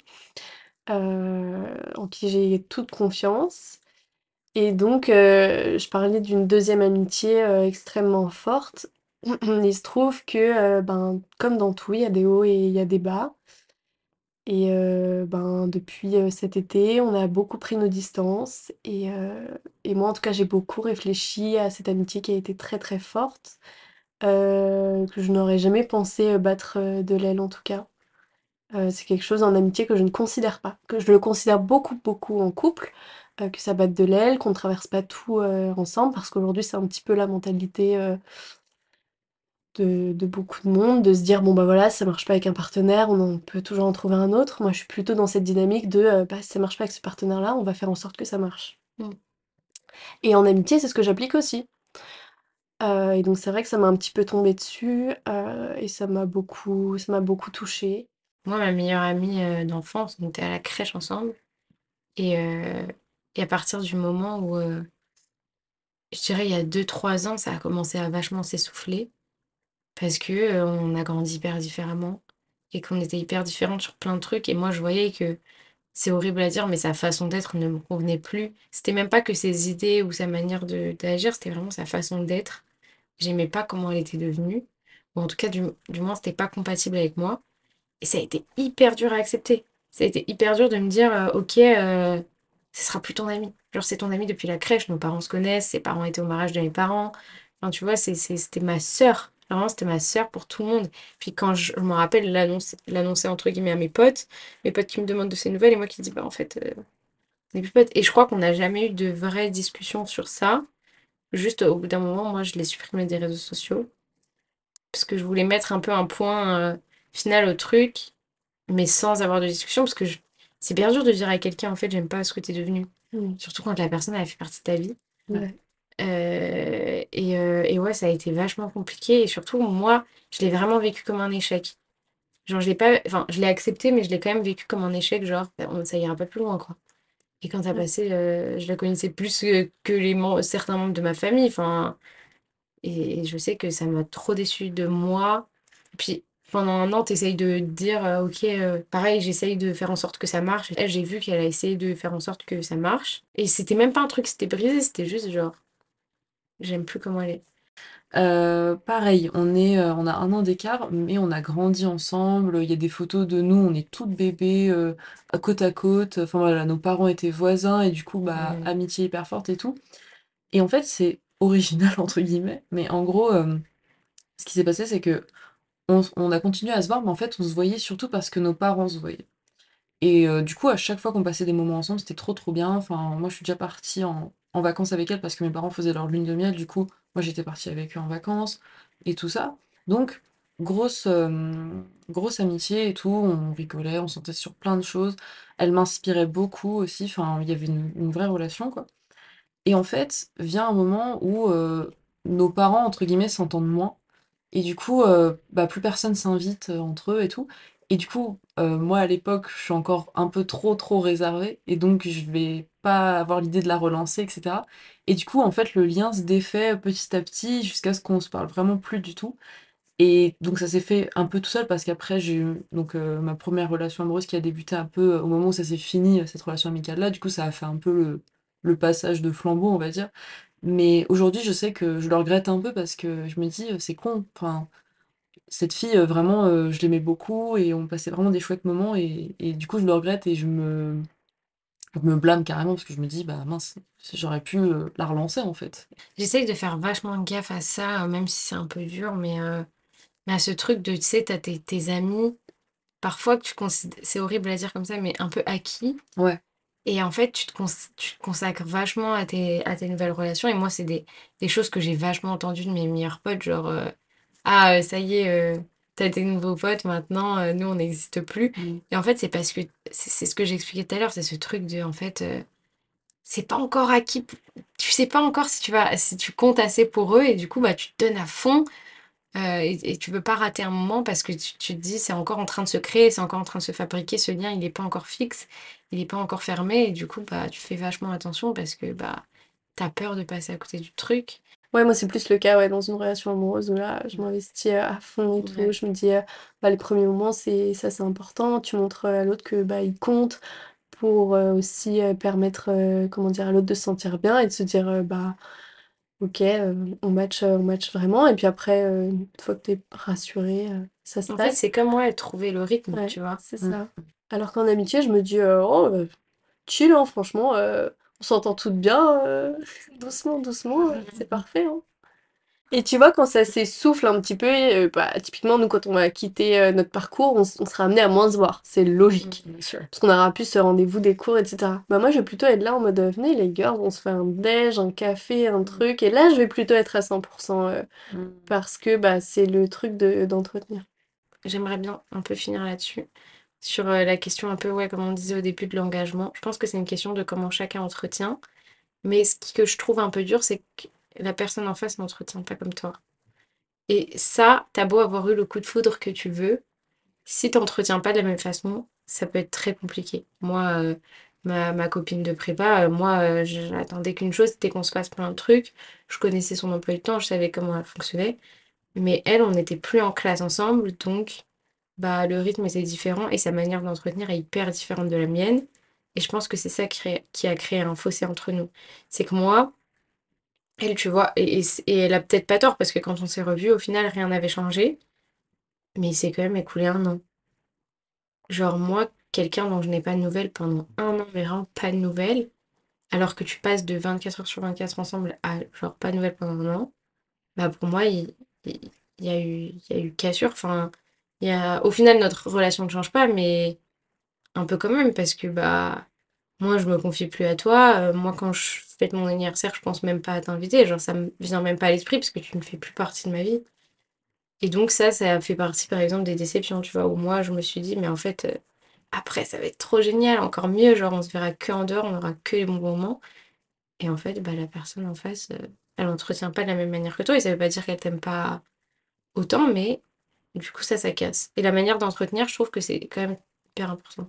euh, en qui j'ai toute confiance. Et donc, euh, je parlais d'une deuxième amitié euh, extrêmement forte. Il se trouve que, euh, ben, comme dans tout, il y a des hauts et il y a des bas. Et euh, ben, depuis euh, cet été, on a beaucoup pris nos distances. Et, euh, et moi, en tout cas, j'ai beaucoup réfléchi à cette amitié qui a été très très forte, euh, que je n'aurais jamais pensé euh, battre euh, de l'aile en tout cas. Euh, c'est quelque chose en amitié que je ne considère pas, que je le considère beaucoup, beaucoup en couple, euh, que ça batte de l'aile, qu'on ne traverse pas tout euh, ensemble, parce qu'aujourd'hui c'est un petit peu la mentalité euh, de, de beaucoup de monde, de se dire bon bah voilà, si ça marche pas avec un partenaire, on en peut toujours en trouver un autre. Moi je suis plutôt dans cette dynamique de euh, bah si ça marche pas avec ce partenaire-là, on va faire en sorte que ça marche. Mm. Et en amitié, c'est ce que j'applique aussi. Euh, et donc c'est vrai que ça m'a un petit peu tombé dessus, euh, et ça m'a beaucoup, ça m'a beaucoup touchée. Moi, ma meilleure amie euh, d'enfance, on était à la crèche ensemble. Et, euh, et à partir du moment où, euh, je dirais, il y a deux trois ans, ça a commencé à vachement s'essouffler. Parce que euh, on a grandi hyper différemment. Et qu'on était hyper différentes sur plein de trucs. Et moi, je voyais que c'est horrible à dire, mais sa façon d'être ne me convenait plus. C'était même pas que ses idées ou sa manière de d'agir, c'était vraiment sa façon d'être. J'aimais pas comment elle était devenue. Ou en tout cas, du, du moins, c'était pas compatible avec moi. Et ça a été hyper dur à accepter. Ça a été hyper dur de me dire, euh, ok, euh, ce sera plus ton ami. Genre, c'est ton ami depuis la crèche, nos parents se connaissent, ses parents étaient au mariage de mes parents. Enfin, tu vois, c'est, c'est- c'était ma sœur. Vraiment, c'était ma sœur pour tout le monde. Puis quand je, je me rappelle l'annonce, l'annoncer entre guillemets à mes potes, mes potes qui me demandent de ces nouvelles et moi qui dis, bah en fait, euh, on n'est plus potes. Et je crois qu'on n'a jamais eu de vraie discussion sur ça. Juste au bout d'un moment, moi, je l'ai supprimé des réseaux sociaux parce que je voulais mettre un peu un point euh, final au truc mais sans avoir de discussion, parce que je- c'est bien dur de dire à quelqu'un, en fait, j'aime pas ce que t'es devenu. Mm. Surtout quand la personne, elle fait partie de ta vie. Ouais. Euh, et, euh, et ouais, ça a été vachement compliqué. Et surtout, moi, je l'ai vraiment vécu comme un échec. Genre, je l'ai pas, enfin, je l'ai accepté, mais je l'ai quand même vécu comme un échec. Genre, on- ça ira pas plus loin, quoi. Et quand t'as passé, euh, je la connaissais plus que, que les mem- certains membres de ma famille. Enfin, et, et je sais que ça m'a trop déçue de moi. Puis pendant un an, t'essayes de dire, euh, ok, euh, pareil, j'essaye de faire en sorte que ça marche. Elle, j'ai vu qu'elle a essayé de faire en sorte que ça marche. Et c'était même pas un truc, c'était brisé, c'était juste genre, j'aime plus comment elle est. Euh, pareil, on est, euh, on a un an d'écart, mais on a grandi ensemble. Il y a des photos de nous, on est toutes bébés, euh, à côte à côte. Enfin voilà, nos parents étaient voisins et du coup, bah, Mm. amitié hyper forte et tout. Et en fait, c'est original entre guillemets, mais en gros, euh, ce qui s'est passé, c'est que on, on a continué à se voir, mais en fait, on se voyait surtout parce que nos parents se voyaient. Et euh, du coup, à chaque fois qu'on passait des moments ensemble, c'était trop trop bien. Enfin, moi, je suis déjà partie en, en vacances avec elle parce que mes parents faisaient leur lune de miel. Du coup, moi, j'étais partie avec eux en vacances et tout ça. Donc, grosse, euh, grosse amitié et tout. On rigolait, on sentait sur plein de choses. Elle m'inspirait beaucoup aussi. Enfin, il y avait une, une vraie relation, quoi. Et en fait, vient un moment où euh, nos parents, entre guillemets, s'entendent moins. Et du coup, euh, bah, plus personne s'invite euh, entre eux et tout. Et du coup, euh, moi à l'époque, je suis encore un peu trop trop réservée. Et donc, je vais pas avoir l'idée de la relancer, et cetera. Et du coup, en fait, le lien se défait petit à petit jusqu'à ce qu'on se parle vraiment plus du tout. Et donc, ça s'est fait un peu tout seul parce qu'après, j'ai eu donc, euh, ma première relation amoureuse qui a débuté un peu euh, au moment où ça s'est fini, euh, cette relation amicale-là. Du coup, ça a fait un peu le, le passage de flambeau, on va dire. Mais aujourd'hui, je sais que je le regrette un peu parce que je me dis, euh, c'est con. Enfin, cette fille, euh, vraiment, euh, je l'aimais beaucoup et on passait vraiment des chouettes moments. Et, et du coup, je le regrette et je me, je me blâme carrément parce que je me dis, bah mince, j'aurais pu euh, la relancer en fait. J'essaye de faire vachement gaffe à ça, euh, même si c'est un peu dur, mais, euh, mais à ce truc de, tu sais, t'as tes, tes amis, parfois que tu considères, c'est horrible à dire comme ça, mais un peu acquis. Ouais. Et en fait, tu te, cons- tu te consacres vachement à tes, à tes nouvelles relations. Et moi, c'est des, des choses que j'ai vachement entendues de mes meilleurs potes, genre, euh, ah, euh, ça y est, euh, t'as tes nouveaux potes, maintenant, euh, nous, on n'existe plus. Mm. Et en fait, c'est parce que, c'est c'est ce que j'expliquais tout à l'heure, c'est ce truc de, en fait, euh, c'est pas encore acquis. p- Tu sais pas encore si tu vas, si tu comptes assez pour eux, et du coup, bah, tu te donnes à fond. Euh, et, et tu veux pas rater un moment parce que tu, tu te dis c'est encore en train de se créer, c'est encore en train de se fabriquer, ce lien il n'est pas encore fixe, il n'est pas encore fermé et du coup bah tu fais vachement attention parce que bah t'as peur de passer à côté du truc. Ouais, moi, c'est plus le cas, ouais, dans une relation amoureuse où là, je m'investis euh, à fond et tout. Ouais. Je me dis, euh, bah, les premiers moments, c'est ça, c'est important. Tu montres euh, à l'autre que bah, il compte pour euh, aussi euh, permettre, euh, comment dire, à l'autre de se sentir bien et de se dire, euh, bah, ok, euh, on match, euh, on match vraiment. Et puis après, euh, une fois que t'es rassuré, euh, ça se En fait passe. c'est comme ouais trouver le rythme, Ouais, tu vois. c'est Mm. ça. Alors qu'en amitié, je me dis, euh, oh, euh, chill, hein, franchement, euh, on s'entend toutes bien, euh, doucement, doucement, euh, c'est parfait, hein. Et tu vois, quand ça s'essouffle un petit peu, euh, bah, typiquement, nous, quand on va quitter euh, notre parcours, on, s- on sera amené à moins se voir. C'est Mm, logique. Bien sûr. Parce qu'on aura plus ce rendez-vous des cours, et cetera. Bah, moi, je vais plutôt être là en mode, euh, venez, les girls, on se fait un déj, un café, un mm. truc. Et là, je vais plutôt être à cent pour cent euh, Mm. parce que bah, c'est le truc de, d'entretenir. J'aimerais bien un peu finir là-dessus. Sur euh, la question un peu, ouais, comme on disait au début de l'engagement, je pense que c'est une question de comment chacun entretient. Mais ce qui- que je trouve un peu dur, c'est que la personne en face n'entretient pas comme toi. Et ça, t'as beau avoir eu le coup de foudre que tu veux, si t'entretiens pas de la même façon, ça peut être très compliqué. Moi, euh, ma, ma copine de prépa, euh, moi, euh, j'attendais qu'une chose, c'était qu'on se fasse plein de trucs. Je connaissais son emploi du temps, je savais comment elle fonctionnait. Mais elle, on n'était plus en classe ensemble, donc bah, le rythme était différent et sa manière d'entretenir est hyper différente de la mienne. Et je pense que c'est ça qui, crée- qui a créé un fossé entre nous. C'est que moi, elle, tu vois, et, et c- et elle a peut-être pas tort parce que quand on s'est revus, au final, rien n'avait changé. Mais il s'est quand même écoulé un an. Genre, moi, quelqu'un dont je n'ai pas de nouvelles pendant un an, mais vraiment pas de nouvelles, alors que tu passes de vingt-quatre heures sur vingt-quatre ensemble à genre pas de nouvelles pendant un an, bah pour moi, il, il- il y a eu, il y a eu cassure. Enfin, il y a... au final, notre relation ne change pas, mais un peu quand même, parce que bah, moi, je me confie plus à toi. Euh, moi, quand je fête mon anniversaire, je pense même pas à t'inviter. Genre, ça me vient même pas à l'esprit parce que tu ne fais plus partie de ma vie. Et donc ça, ça fait partie par exemple des déceptions, tu vois, où moi je me suis dit, mais en fait, euh, après ça va être trop génial, encore mieux, genre on se verra que en dehors, on aura que les bons moments. Et en fait, bah, la personne en face, euh, elle entretient pas de la même manière que toi, et ça veut pas dire qu'elle t'aime pas autant, mais du coup ça, ça casse. Et la manière d'entretenir, je trouve que c'est quand même hyper important.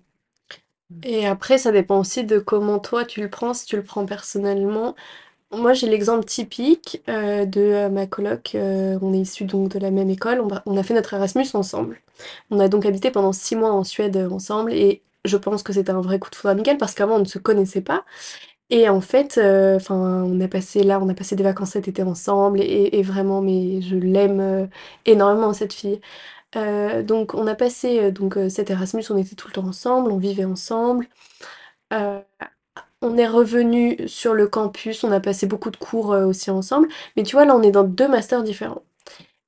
Et après, ça dépend aussi de comment toi tu le prends, si tu le prends personnellement. Moi, j'ai l'exemple typique euh, de euh, ma coloc. Euh, on est issus donc de la même école. On, va- on a fait notre Erasmus ensemble. On a donc habité pendant six mois en Suède euh, ensemble. Et je pense que c'était un vrai coup de foudre amical parce qu'avant, on ne se connaissait pas. Et en fait, euh, enfin, on a passé là, on a passé des vacances cet été ensemble. Et, et vraiment, mais je l'aime euh, énormément, cette fille. Euh, donc, on a passé euh, donc, euh, cet Erasmus, on était tout le temps ensemble, on vivait ensemble. Euh, on est revenu sur le campus, on a passé beaucoup de cours euh, aussi ensemble. Mais tu vois, là, on est dans deux masters différents.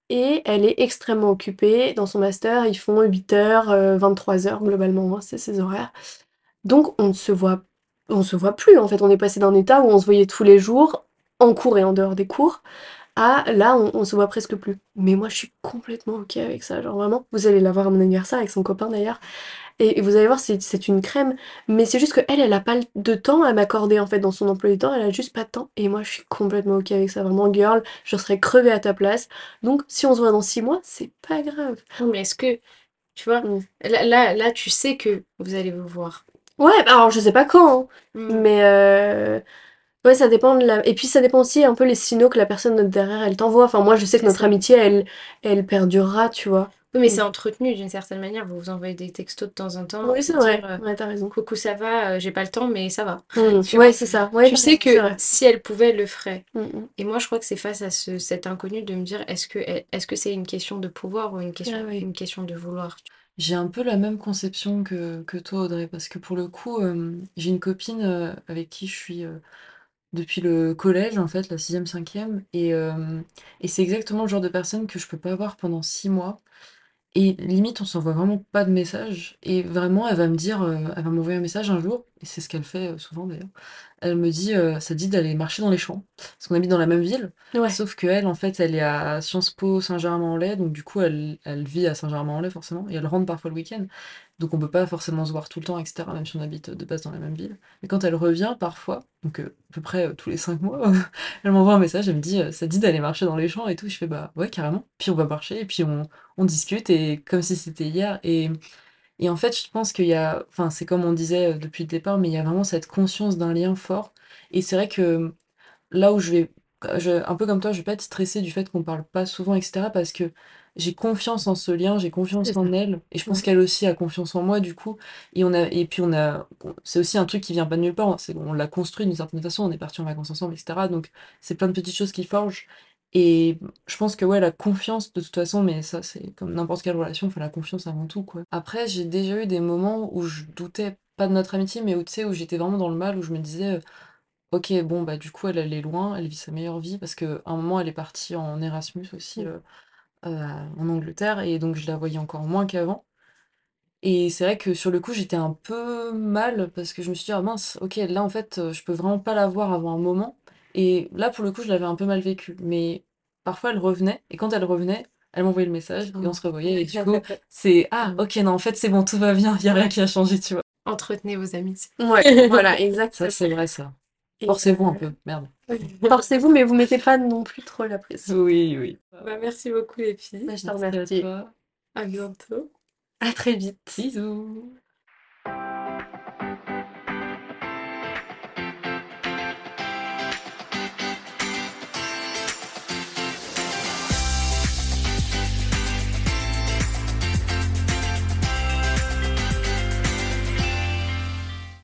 et elle est extrêmement occupée dans son master. Ils font huit heures, euh, vingt-trois heures globalement, hein, c'est ses horaires. Donc on ne se voit, on se voit plus en fait. On est passé d'un état où on se voyait tous les jours, en cours et en dehors des cours, à là on, on se voit presque plus. Mais moi je suis complètement ok avec ça. Genre vraiment, vous allez la voir à mon anniversaire avec son copain d'ailleurs. Et, et vous allez voir, c'est c'est une crème. Mais c'est juste que elle, elle a pas de temps à m'accorder en fait dans son emploi du temps. Elle a juste pas de temps. Et moi je suis complètement ok avec ça. Vraiment girl, je serais crevée à ta place. Donc si on se voit dans six mois, c'est pas grave. Non, mais est-ce que, tu vois, Mm. là, là, là, tu sais que vous allez vous voir. Ouais, bah alors je sais pas quand, hein. Mm. Mais euh, ouais, ça dépend de la... Et puis ça dépend aussi un peu les signaux que la personne derrière elle t'envoie. Enfin, moi je sais que C'est notre ça. amitié, elle, elle perdurera, tu vois. Oui, mais Mm. c'est entretenu d'une certaine manière. Vous vous envoyez des textos de temps en temps Oui, c'est pour dire vrai. euh, Ouais, t'as raison. coucou, ça va, euh, j'ai pas le temps, mais ça va. Mm. Tu Ouais, vois, c'est ça. Ouais, tu t'as sais raison, c'est que vrai. si elle pouvait, elle le ferait. Mm, mm. Et moi, je crois que c'est face à ce, cet inconnu de me dire est-ce que est-ce que c'est une question de pouvoir ou une question, Ah oui. une question de vouloir? J'ai un peu la même conception que, que toi, Audrey, parce que pour le coup, euh, j'ai une copine euh, avec qui je suis euh, depuis le collège, en fait, la sixième, cinquième, et, euh, et c'est exactement le genre de personne que je peux pas avoir pendant six mois. Et limite, on s'envoie vraiment pas de messages. Et vraiment, elle va me dire, euh, elle va m'envoyer un message un jour, et c'est ce qu'elle fait euh, souvent d'ailleurs. Elle me dit, euh, ça dit d'aller marcher dans les champs, parce qu'on habite dans la même ville. Ouais. Sauf que elle, en fait, elle est à Sciences Po Saint-Germain-en-Laye, donc du coup, elle, elle vit à Saint-Germain-en-Laye forcément, et elle rentre parfois le week-end. Donc on peut pas forcément se voir tout le temps, et cetera, même si on habite de base dans la même ville. Mais quand elle revient, parfois, donc euh, à peu près euh, tous les cinq mois, elle m'envoie un message, elle me dit, euh, ça dit d'aller marcher dans les champs et tout. Je fais, bah ouais, carrément. Puis on va marcher, et puis on, on discute, et comme si c'était hier. Et, et en fait, je pense qu'il y a, enfin, c'est comme on disait euh, depuis le départ, mais il y a vraiment cette conscience d'un lien fort. Et c'est vrai que là où je vais, je- un peu comme toi, je vais pas être stressée du fait qu'on parle pas souvent, et cetera, parce que j'ai confiance en ce lien, j'ai C'est confiance ça. en elle, et je pense Ouais. qu'elle aussi a confiance en moi, du coup. Et on a, et puis on a, on- c'est aussi un truc qui vient pas de nulle part, c'est, on l'a construit d'une certaine façon, on est partis en vacances ensemble, et cetera. Donc c'est plein de petites choses qui forgent. Et je pense que ouais, la confiance, de toute façon, mais ça c'est comme n'importe quelle relation, faut la confiance avant tout, quoi. Après, j'ai déjà eu des moments où je doutais pas de notre amitié, mais où tu sais, où j'étais vraiment dans le mal, où je me disais, OK, bon, bah, du coup, elle, elle est loin, elle vit sa meilleure vie parce qu'à un moment, elle est partie en Erasmus aussi Mm. euh, euh, en Angleterre et donc je la voyais encore moins qu'avant. Et c'est vrai que sur le coup, j'étais un peu mal parce que je me suis dit, ah mince, ok, là en fait, euh, je peux vraiment pas la voir avant un moment. Et là, pour le coup, je l'avais un peu mal vécu. Mais parfois, elle revenait et quand elle revenait, elle m'envoyait le message et on Oh. se revoyait. Et du coup, c'est, ah, ok, non, en fait, c'est bon, tout va bien, il y a rien Ouais. qui a changé, tu vois. Entretenez vos amitiés. Ouais, voilà, Ça, exactement. c'est vrai, ça. Et Forcez-vous un euh, peu, merde. forcez-vous, mais vous mettez pas non plus trop la pression. Oui, oui. Bah, merci beaucoup les filles. Bah, je te Merci à remercie. toi. À bientôt. À très vite. Bisous.